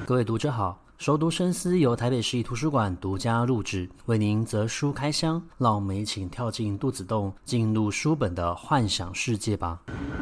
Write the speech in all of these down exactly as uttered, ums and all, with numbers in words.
各位读者好，熟读深思由台北市立图书馆独家录制，为您择书开箱，让我们一起跳进肚子洞，进入书本的幻想世界吧。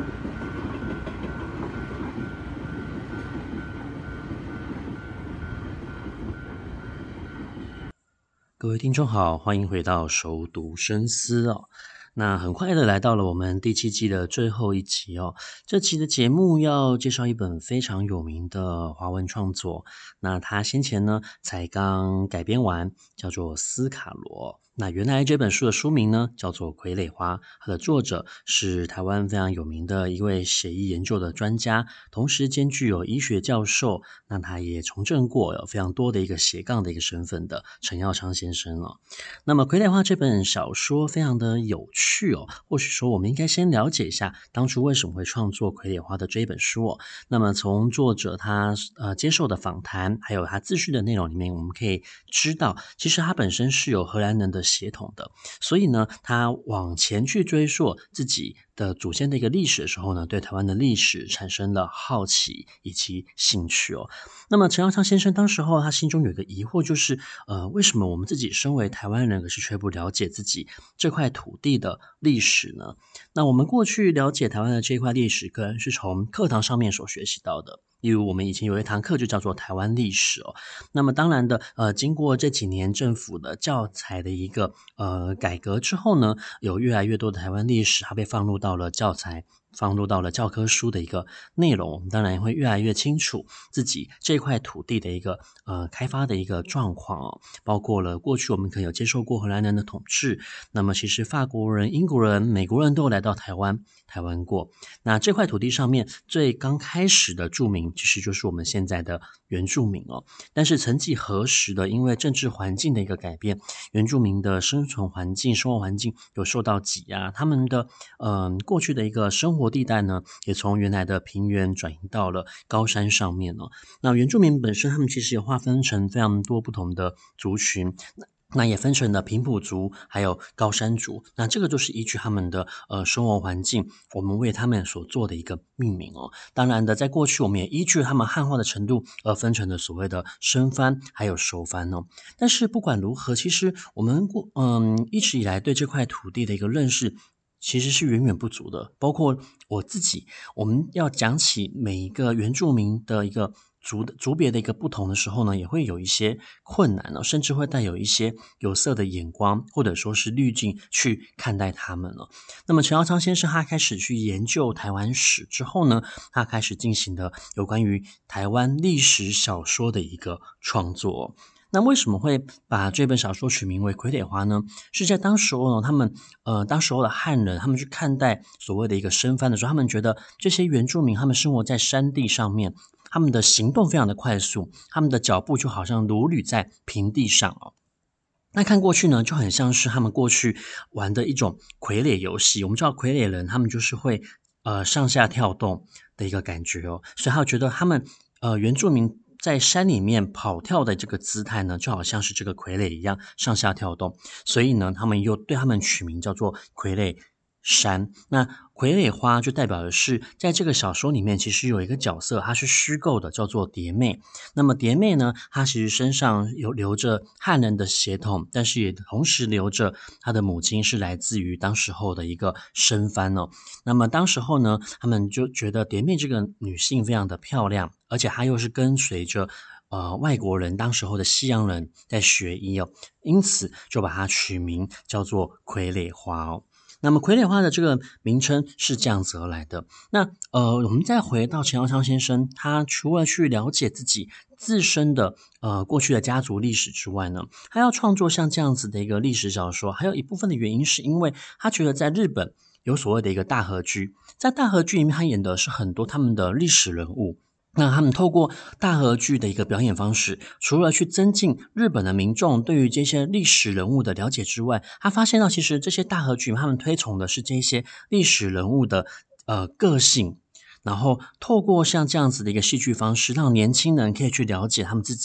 各位听众好，欢迎回到熟读深思哦。那很快的来到了我们第七季的最后一集哦。这期的节目要介绍一本非常有名的华文创作，那它先前呢才刚改编完，叫做《斯卡罗》。那原来这本书的书名呢叫做《傀儡花》，它的作者是台湾非常有名的一位血医研究的专家，同时兼具有医学教授，那他也从政过，有非常多的一个斜杠的一个身份的陈耀昌先生哦。那么《傀儡花》这本小说非常的有趣哦，或许说我们应该先了解一下当初为什么会创作《傀儡花》的这一本书哦。那么从作者他呃接受的访谈，还有他自序的内容里面，我们可以知道，其实他本身是有荷兰人的血统的，所以呢，他往前去追溯自己的祖先的一个历史的时候呢，对台湾的历史产生了好奇以及兴趣哦。那么陈耀昌先生当时候他心中有一个疑惑，就是呃，为什么我们自己身为台湾人，可是却不了解自己这块土地的历史呢？那我们过去了解台湾的这块历史，可能是从课堂上面所学习到的。例如我们以前有一堂课就叫做台湾历史哦。那么当然的呃，经过这几年政府的教材的一个呃改革之后呢，有越来越多的台湾历史它被放入到了教材，放入到了教科书的一个内容，我们当然会越来越清楚自己这块土地的一个呃开发的一个状况哦，包括了过去我们可能有接受过荷兰人的统治，那么其实法国人、英国人、美国人都有来到台湾台湾过。那这块土地上面最刚开始的住民其实就是我们现在的原住民哦。但是曾几何时的，因为政治环境的一个改变，原住民的生存环境、生活环境有受到挤压，他们的呃过去的一个生活地带呢，也从原来的平原转移到了高山上面哦。那原住民本身他们其实也划分成非常多不同的族群，那也分成了平埔族还有高山族，那这个就是依据他们的呃生活环境，我们为他们所做的一个命名哦。当然的，在过去我们也依据他们汉化的程度而分成了所谓的生番还有熟番哦。但是不管如何，其实我们嗯一直以来对这块土地的一个认识其实是远远不足的，包括我自己，我们要讲起每一个原住民的一个族的族别的一个不同的时候呢，也会有一些困难哦，甚至会带有一些有色的眼光或者说是滤镜去看待他们了。那么陈耀昌先生他开始去研究台湾史之后呢，他开始进行了有关于台湾历史小说的一个创作。那为什么会把这本小说取名为《傀儡花》呢？是在当时候呢，他们呃当时候的汉人，他们去看待所谓的一个生番的时候，他们觉得这些原住民他们生活在山地上面，他们的行动非常的快速，他们的脚步就好像如履在平地上哦。那看过去呢，就很像是他们过去玩的一种傀儡游戏。我们知道傀儡人他们就是会呃上下跳动的一个感觉哦，所以他觉得他们呃原住民在山里面跑跳的这个姿态呢，就好像是这个傀儡一样上下跳动，所以呢，他们又对他们取名叫做傀儡山。那傀儡花就代表的是，在这个小说里面，其实有一个角色，它是虚构的，叫做蝶妹。那么蝶妹呢，她其实身上有流着汉人的血统，但是也同时流着她的母亲是来自于当时候的一个生番哦。那么当时候呢，他们就觉得蝶妹这个女性非常的漂亮，而且她又是跟随着呃外国人当时候的西洋人在学医哦，因此就把它取名叫做傀儡花哦。那么傀儡花的这个名称是这样子而来的。那呃，我们再回到陈耀昌先生，他除了去了解自己自身的呃过去的家族历史之外呢，他要创作像这样子的一个历史小说，还有一部分的原因是因为他觉得在日本有所谓的一个大河剧，在大河剧里面他演的是很多他们的历史人物。那他们透过大河剧的一个表演方式，除了去增进日本的民众对于这些历史人物的了解之外，他发现到其实这些大河剧他们推崇的是这些历史人物的呃个性，然后透过像这样子的一个戏剧方式，让年轻人可以去了解他们自己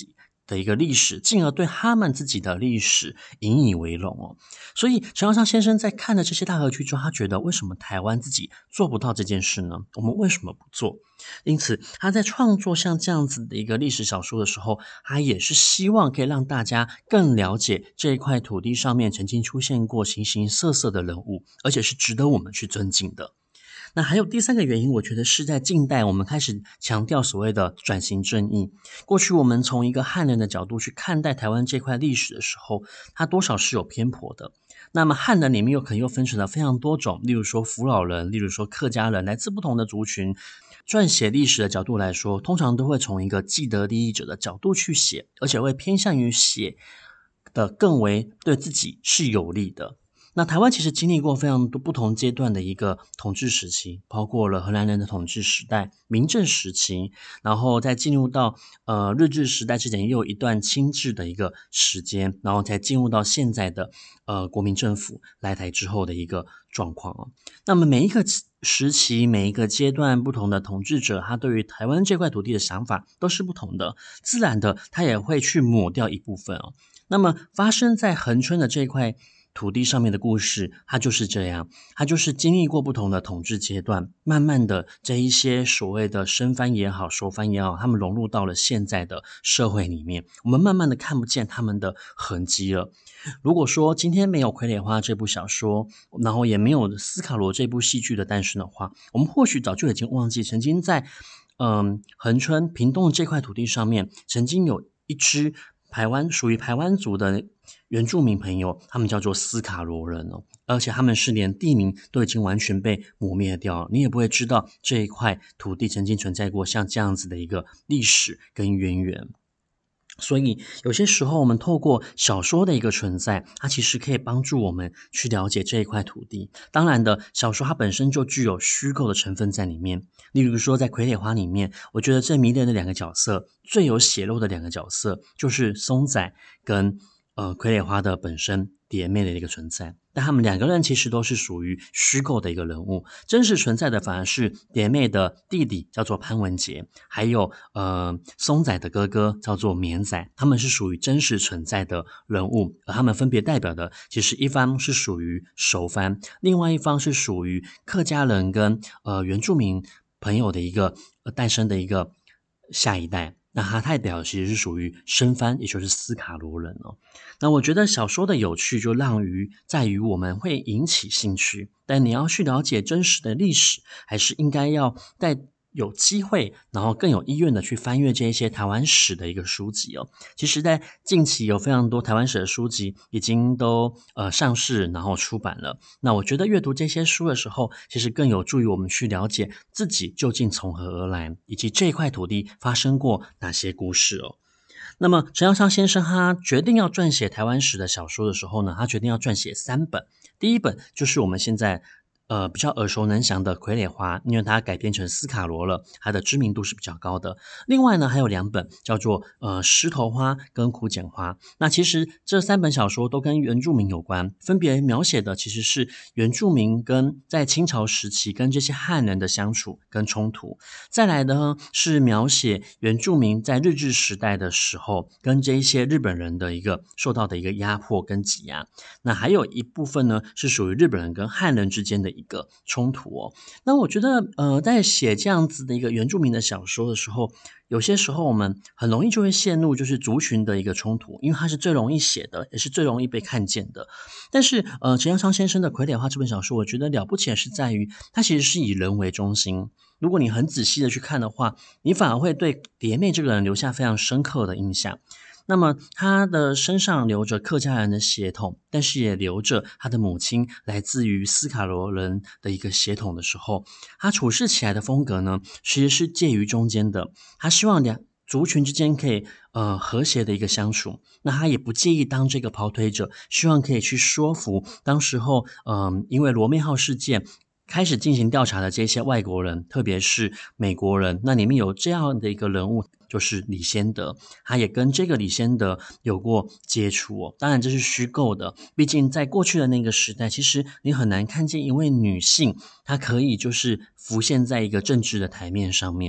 的一个历史，进而对他们自己的历史引以为荣哦。所以陈耀昌先生在看了这些大合剧之后，他觉得为什么台湾自己做不到这件事呢？我们为什么不做？因此他在创作像这样子的一个历史小说的时候，他也是希望可以让大家更了解这一块土地上面曾经出现过形形色色的人物，而且是值得我们去尊敬的。那还有第三个原因，我觉得是在近代我们开始强调所谓的转型正义。过去我们从一个汉人的角度去看待台湾这块历史的时候，它多少是有偏颇的。那么汉人里面又可能又分成了非常多种，例如说福佬人，例如说客家人，来自不同的族群。撰写历史的角度来说，通常都会从一个既得利益者的角度去写，而且会偏向于写的更为对自己是有利的。那台湾其实经历过非常多不同阶段的一个统治时期，包括了荷兰人的统治时代、明治时期，然后再进入到呃日治时代之前，也有一段清治的一个时间，然后再进入到现在的呃国民政府来台之后的一个状况哦。那么每一个时期、每一个阶段不同的统治者，他对于台湾这块土地的想法都是不同的，自然的他也会去抹掉一部分哦。那么发生在恒春的这一块土地上面的故事，它就是这样，它就是经历过不同的统治阶段，慢慢的这一些所谓的生番也好、熟番也好，他们融入到了现在的社会里面，我们慢慢的看不见他们的痕迹了。如果说今天没有《傀儡花》这部小说，然后也没有斯卡罗这部戏剧的诞生的话，我们或许早就已经忘记曾经在嗯恒春屏东这块土地上面，曾经有一支排湾属于排湾族的原住民朋友，他们叫做斯卡罗人哦，而且他们是连地名都已经完全被抹灭掉了，你也不会知道这一块土地曾经存在过像这样子的一个历史跟渊源。所以有些时候我们透过小说的一个存在，它其实可以帮助我们去了解这一块土地。当然的，小说它本身就具有虚构的成分在里面，例如说在《傀儡花》里面，我觉得最迷人的两个角色，最有血肉的两个角色，就是松仔跟呃傀儡花的本身蝶妹的一个存在。但他们两个人其实都是属于虚构的一个人物，真实存在的反而是蝶妹的弟弟叫做潘文杰，还有呃松仔的哥哥叫做绵仔，他们是属于真实存在的人物，而他们分别代表的其实一方是属于熟番，另外一方是属于客家人跟呃原住民朋友的一个呃诞生的一个下一代。那他代表其实是属于生番，也就是斯卡罗人哦。那我觉得小说的有趣就让于在于我们会引起兴趣，但你要去了解真实的历史，还是应该要在有机会，然后更有意愿的去翻阅这一些台湾史的一个书籍哦。其实在近期有非常多台湾史的书籍已经都呃上市，然后出版了。那我觉得阅读这些书的时候，其实更有助于我们去了解自己究竟从何而来，以及这块土地发生过哪些故事哦。那么陈耀昌先生他决定要撰写台湾史的小说的时候呢，他决定要撰写三本。第一本就是我们现在呃比较耳熟能详的《傀儡花》，因为它改编成斯卡罗了，它的知名度是比较高的。另外呢还有两本叫做呃《石头花》跟《苦剪花》。那其实这三本小说都跟原住民有关，分别描写的其实是原住民跟在清朝时期跟这些汉人的相处跟冲突。再来呢是描写原住民在日治时代的时候跟这一些日本人的一个受到的一个压迫跟挤压。那还有一部分呢是属于日本人跟汉人之间的一个冲突哦。那我觉得呃在写这样子的一个原住民的小说的时候，有些时候我们很容易就会陷入就是族群的一个冲突，因为它是最容易写的，也是最容易被看见的。但是呃陈耀昌先生的《傀儡花》这本小说，我觉得了不起的是在于它其实是以人为中心。如果你很仔细的去看的话，你反而会对蝶妹这个人留下非常深刻的印象。那么他的身上流着客家人的血统，但是也流着他的母亲来自于斯卡罗人的一个血统的时候，他处事起来的风格呢，其实是介于中间的。他希望两族群之间可以呃和谐的一个相处，那他也不介意当这个跑腿者，希望可以去说服当时候嗯、呃、因为罗妹号事件开始进行调查的这些外国人，特别是美国人，那里面有这样的一个人物，就是李先德，他也跟这个李先德有过接触哦。当然这是虚构的，毕竟在过去的那个时代，其实你很难看见一位女性她可以就是浮现在一个政治的台面上面。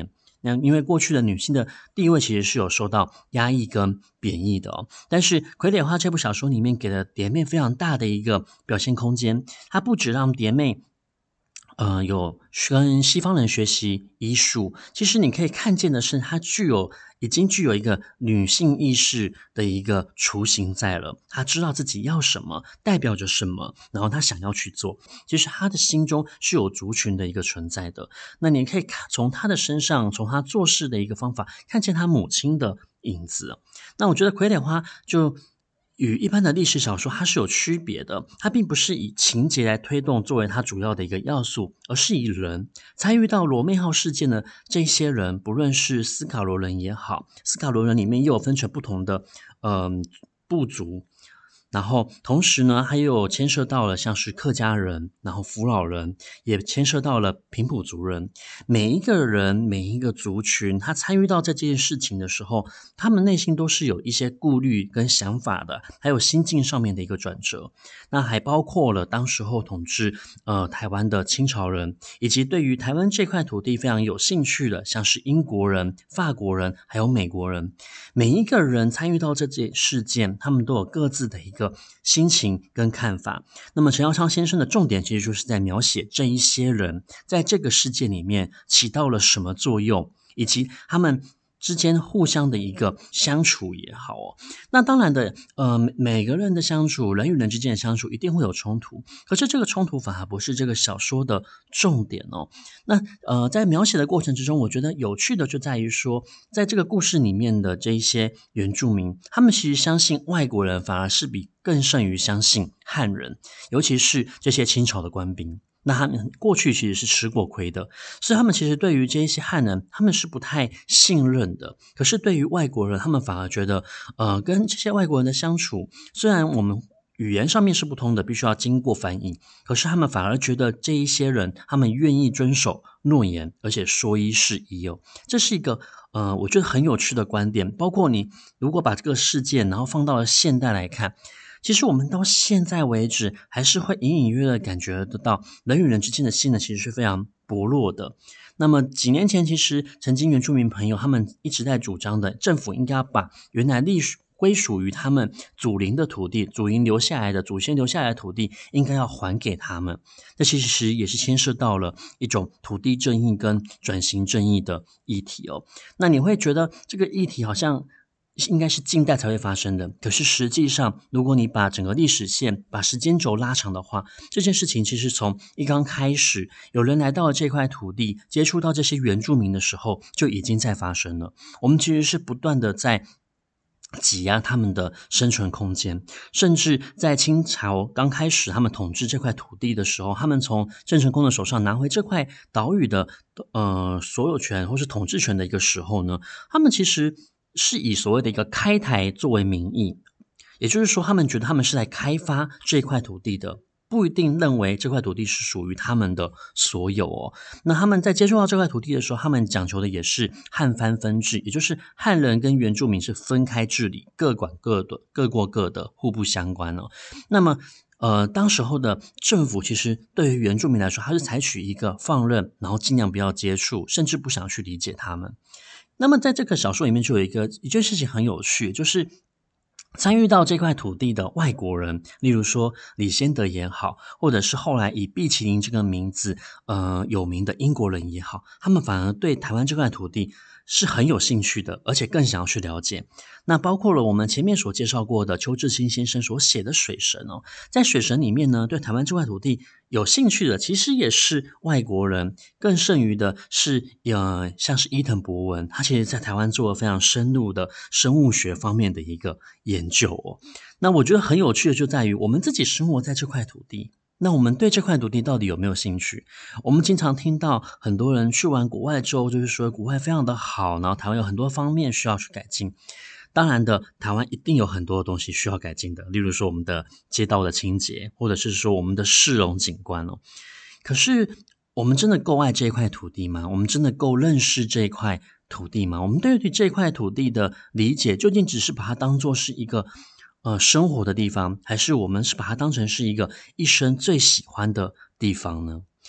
那因为过去的女性的地位其实是有受到压抑跟贬义的哦。但是《傀儡花》这部小说里面给了蝶妹非常大的一个表现空间，它不只让蝶妹呃，有跟西方人学习医术，其实你可以看见的是，它具有已经具有一个女性意识的一个雏形在了。她知道自己要什么，代表着什么，然后她想要去做。其实她的心中是有族群的一个存在的。那你可以看从她的身上，从她做事的一个方法，看见她母亲的影子。那我觉得《傀儡花》就与一般的历史小说它是有区别的，它并不是以情节来推动作为它主要的一个要素，而是以人参与到罗妹号事件的这些人，不论是斯卡罗人也好，斯卡罗人里面又有分成不同的呃部族。然后同时呢，它又有牵涉到了像是客家人，然后福佬人，也牵涉到了平埔族人。每一个人，每一个族群，他参与到这件事情的时候，他们内心都是有一些顾虑跟想法的，还有心境上面的一个转折。那还包括了当时候统治呃台湾的清朝人，以及对于台湾这块土地非常有兴趣的，像是英国人、法国人，还有美国人。每一个人参与到这件事件，他们都有各自的一个心情跟看法。那么陈耀昌先生的重点其实就是在描写这一些人在这个事件里面起到了什么作用，以及他们之间互相的一个相处也好哦。那当然的呃，每个人的相处，人与人之间的相处一定会有冲突，可是这个冲突反而不是这个小说的重点哦。那呃，在描写的过程之中，我觉得有趣的就在于说，在这个故事里面的这一些原住民，他们其实相信外国人反而是比更胜于相信汉人，尤其是这些清朝的官兵。那他们过去其实是吃过亏的，所以他们其实对于这些汉人，他们是不太信任的。可是对于外国人，他们反而觉得，呃，跟这些外国人的相处，虽然我们语言上面是不通的，必须要经过翻译，可是他们反而觉得这一些人，他们愿意遵守诺言，而且说一是一哦。这是一个呃，我觉得很有趣的观点。包括你如果把这个事件，然后放到了现代来看。其实我们到现在为止，还是会隐隐约约的感觉得到，人与人之间的信任其实是非常薄弱的。那么几年前，其实曾经原住民朋友他们一直在主张的，政府应该要把原来隶属归属于他们祖灵的土地，祖灵留下来的、祖先留下来的土地，应该要还给他们。这其实也是牵涉到了一种土地正义跟转型正义的议题哦。那你会觉得这个议题好像应该是近代才会发生的，可是实际上如果你把整个历史线把时间轴拉长的话，这件事情其实从一刚开始有人来到了这块土地，接触到这些原住民的时候就已经在发生了。我们其实是不断的在挤压他们的生存空间，甚至在清朝刚开始他们统治这块土地的时候，他们从郑成功的手上拿回这块岛屿的呃所有权或是统治权的一个时候呢，他们其实是以所谓的一个开台作为名义，也就是说他们觉得他们是来开发这块土地的，不一定认为这块土地是属于他们的所有哦。那他们在接触到这块土地的时候，他们讲求的也是汉番分治，也就是汉人跟原住民是分开治理，各管各的，各过各的，互不相关哦。那么呃，当时候的政府其实对于原住民来说，他是采取一个放任，然后尽量不要接触，甚至不想去理解他们。那么在这个小说里面就有一个一件事情很有趣，就是参与到这块土地的外国人，例如说李先德也好，或者是后来以毕麒麟这个名字呃有名的英国人也好，他们反而对台湾这块土地是很有兴趣的，而且更想要去了解。那包括了我们前面所介绍过的邱志新先生所写的水神哦，在水神里面呢，对台湾这块土地有兴趣的其实也是外国人，更甚于的是呃，像是伊藤博文，他其实在台湾做了非常深入的生物学方面的一个研究哦。那我觉得很有趣的就在于我们自己生活在这块土地，那我们对这块土地到底有没有兴趣？我们经常听到很多人去完国外之后，就是说国外非常的好，然后台湾有很多方面需要去改进。当然的，台湾一定有很多东西需要改进的，例如说我们的街道的清洁，或者是说我们的市容景观哦。可是我们真的够爱这一块土地吗？我们真的够认识这一块土地吗？我们对于这块土地的理解，究竟只是把它当作是一个呃生活的地方，还是我们是把它当成是一个一生最喜欢的地方呢？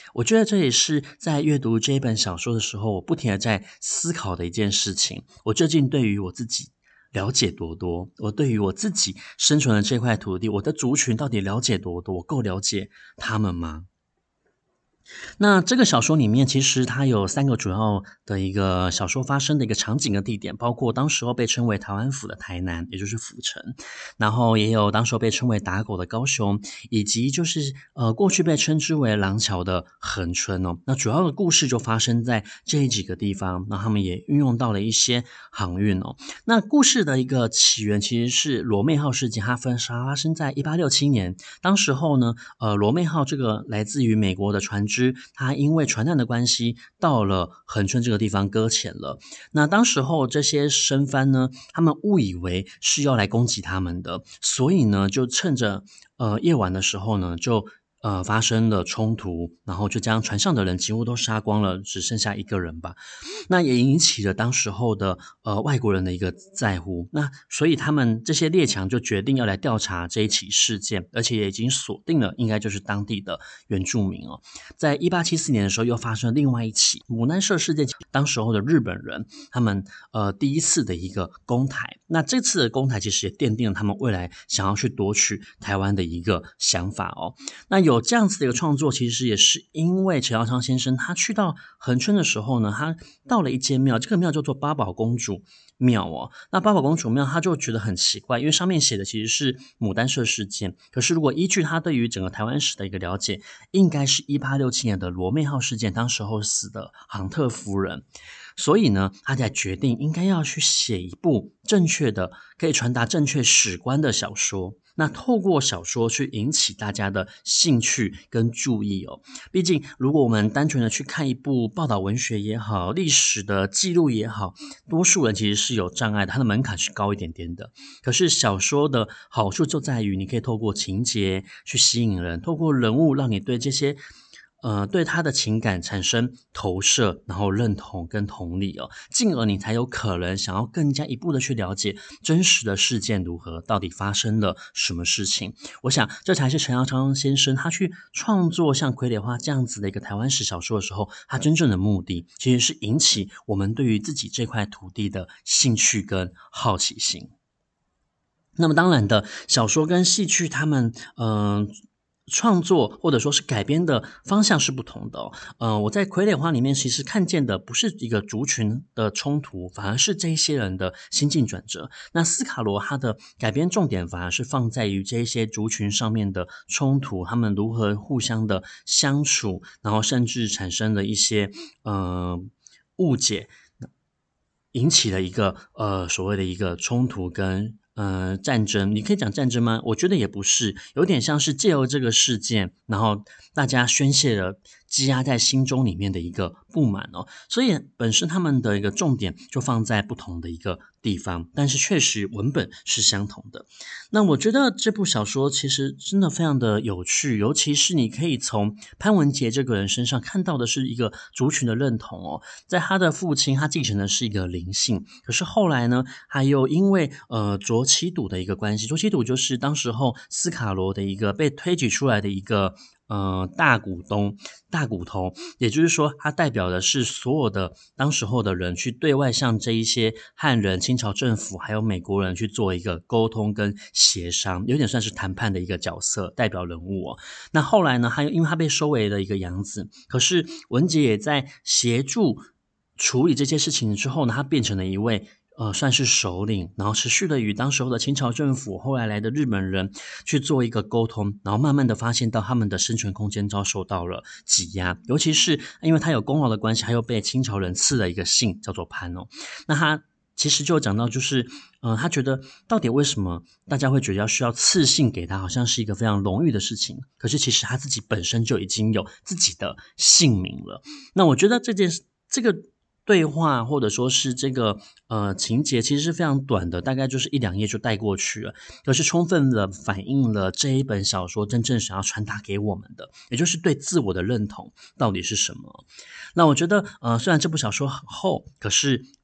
我觉得这也是在阅读这一本小说的时候，我不停的在思考的一件事情。我究竟对于我自己了解多多？我对于我自己生存的这块土地，我的族群到底了解多多？我够了解他们吗？那这个小说里面，其实它有三个主要的一个小说发生的一个场景跟地点，包括当时候被称为台湾府的台南，也就是府城，然后也有当时候被称为打狗的高雄，以及就是呃过去被称之为廊桥的恒春哦。那主要的故事就发生在这几个地方，那他们也运用到了一些航运哦。那故事的一个起源其实是罗妹号事件，它分发生在一八六七年，当时候呢，呃罗妹号这个来自于美国的船只，它因为船难的关系，到了恒春这个地方搁浅了。那当时候这些生番呢，他们误以为是要来攻击他们的，所以呢，就趁着呃夜晚的时候呢，就呃发生了冲突，然后就将船上的人几乎都杀光了，只剩下一个人吧。那也引起了当时候的呃外国人的一个在乎，那所以他们这些列强就决定要来调查这一起事件，而且也已经锁定了应该就是当地的原住民哦。在一八七四年的时候，又发生了另外一起牡丹社事件，当时候的日本人他们呃第一次的一个攻台，那这次的攻台其实也奠定了他们未来想要去夺取台湾的一个想法哦。那有这样子的一个创作，其实也是因为陈耀昌先生他去到恒春的时候呢，他到了一间庙，这个庙叫做八宝公主庙哦。那八宝公主庙他就觉得很奇怪，因为上面写的其实是牡丹社事件，可是如果依据他对于整个台湾史的一个了解，应该是一八六七年的罗妹号事件，当时候死的杭特夫人。所以呢，他才决定应该要去写一部正确的、可以传达正确史观的小说。那透过小说去引起大家的兴趣跟注意哦。毕竟，如果我们单纯的去看一部报道文学也好，历史的记录也好，多数人其实是有障碍的，它的门槛是高一点点的。可是小说的好处就在于，你可以透过情节去吸引人，透过人物让你对这些呃，对他的情感产生投射，然后认同跟同理哦，进而你才有可能想要更加一步的去了解真实的事件如何，到底发生了什么事情。我想这才是陈耀昌先生他去创作像《傀儡花》这样子的一个台湾史小说的时候，他真正的目的其实是引起我们对于自己这块土地的兴趣跟好奇心。那么当然的，小说跟戏剧他们嗯。呃创作或者说是改编的方向是不同的哦。呃，我在《傀儡花》里面其实看见的不是一个族群的冲突，反而是这一些人的心境转折。那斯卡罗他的改编重点反而是放在于这一些族群上面的冲突，他们如何互相的相处，然后甚至产生了一些呃误解，引起了一个呃所谓的一个冲突跟呃战争。你可以讲战争吗？我觉得也不是，有点像是借由这个事件，然后大家宣泄了积压在心中里面的一个不满哦。所以本身他们的一个重点就放在不同的一个地方，但是确实文本是相同的。那我觉得这部小说其实真的非常的有趣，尤其是你可以从潘文杰这个人身上看到的是一个族群的认同哦。在他的父亲，他继承的是一个灵性，可是后来呢，还有因为呃卓奇赌的一个关系，卓奇赌就是当时候斯卡罗的一个被推举出来的一个呃大股东、大股头，也就是说，他代表的是所有的当时候的人去对外向这一些汉人、清朝政府还有美国人去做一个沟通跟协商，有点算是谈判的一个角色代表人物哦。那后来呢，他因为他被收为了一个养子，可是文杰也在协助处理这些事情之后呢，他变成了一位呃，算是首领，然后持续的与当时候的清朝政府，后来来的日本人去做一个沟通，然后慢慢的发现到他们的生存空间遭受到了挤压，尤其是因为他有功劳的关系，他又被清朝人赐了一个姓叫做潘哦。那他其实就讲到就是，呃，他觉得到底为什么大家会觉得要需要赐姓给他，好像是一个非常荣誉的事情，可是其实他自己本身就已经有自己的姓名了。那我觉得这件这个对话或者说是这个呃情节其实是非常短的，大概就是一两页就带过去了，可是充分的反映了这一本小说真正想要传达给我们的，也就是对自我的认同到底是什么。那我觉得呃虽然这部小说很厚，可是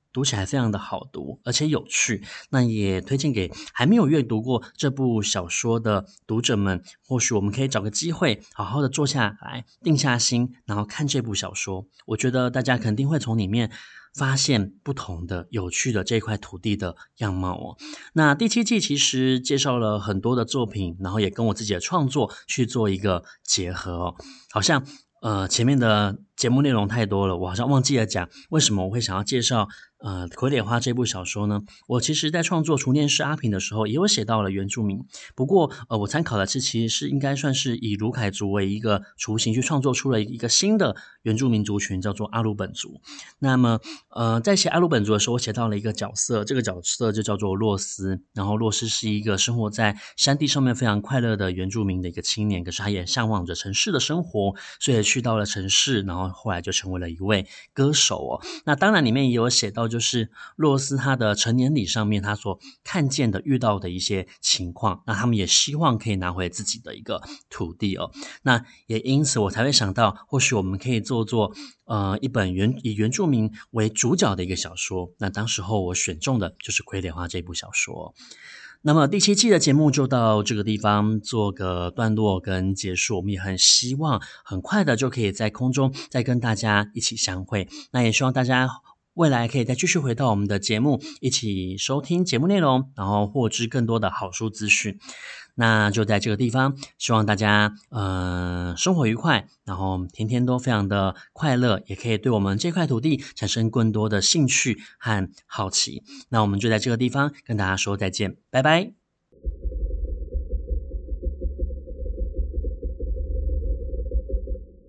读起来非常的好读，而且有趣。那也推荐给还没有阅读过这部小说的读者们，或许我们可以找个机会，好好的坐下来，定下心，然后看这部小说。我觉得大家肯定会从里面发现不同的有趣的这块土地的样貌哦。那第七季其实介绍了很多的作品，然后也跟我自己的创作去做一个结合哦。好像呃前面的节目内容太多了，我好像忘记了讲为什么我会想要介绍呃《傀儡花》这部小说呢？我其实在创作《厨念师阿平》的时候，也有写到了原住民，不过呃我参考的是其实是应该算是以卢凯族为一个雏形去创作出了一个新的原住民族群，叫做阿鲁本族。那么呃在写阿鲁本族的时候，我写到了一个角色，这个角色就叫做洛斯，然后洛斯是一个生活在山地上面非常快乐的原住民的一个青年，可是他也向往着城市的生活，所以去到了城市，然后后来就成为了一位歌手哦。那当然里面也有写到，就是洛斯他的成年礼上面他所看见的遇到的一些情况，那他们也希望可以拿回自己的一个土地哦。那也因此我才会想到，或许我们可以做做呃一本原以原住民为主角的一个小说。那当时候我选中的就是《傀儡花》这部小说。那么第七季的节目就到这个地方做个段落跟结束，我们也很希望很快的就可以在空中再跟大家一起相会。那也希望大家未来可以再继续回到我们的节目，一起收听节目内容，然后获知更多的好书资讯。那就在这个地方，希望大家呃生活愉快，然后天天都非常的快乐，也可以对我们这块土地产生更多的兴趣和好奇。那我们就在这个地方跟大家说再见，拜拜。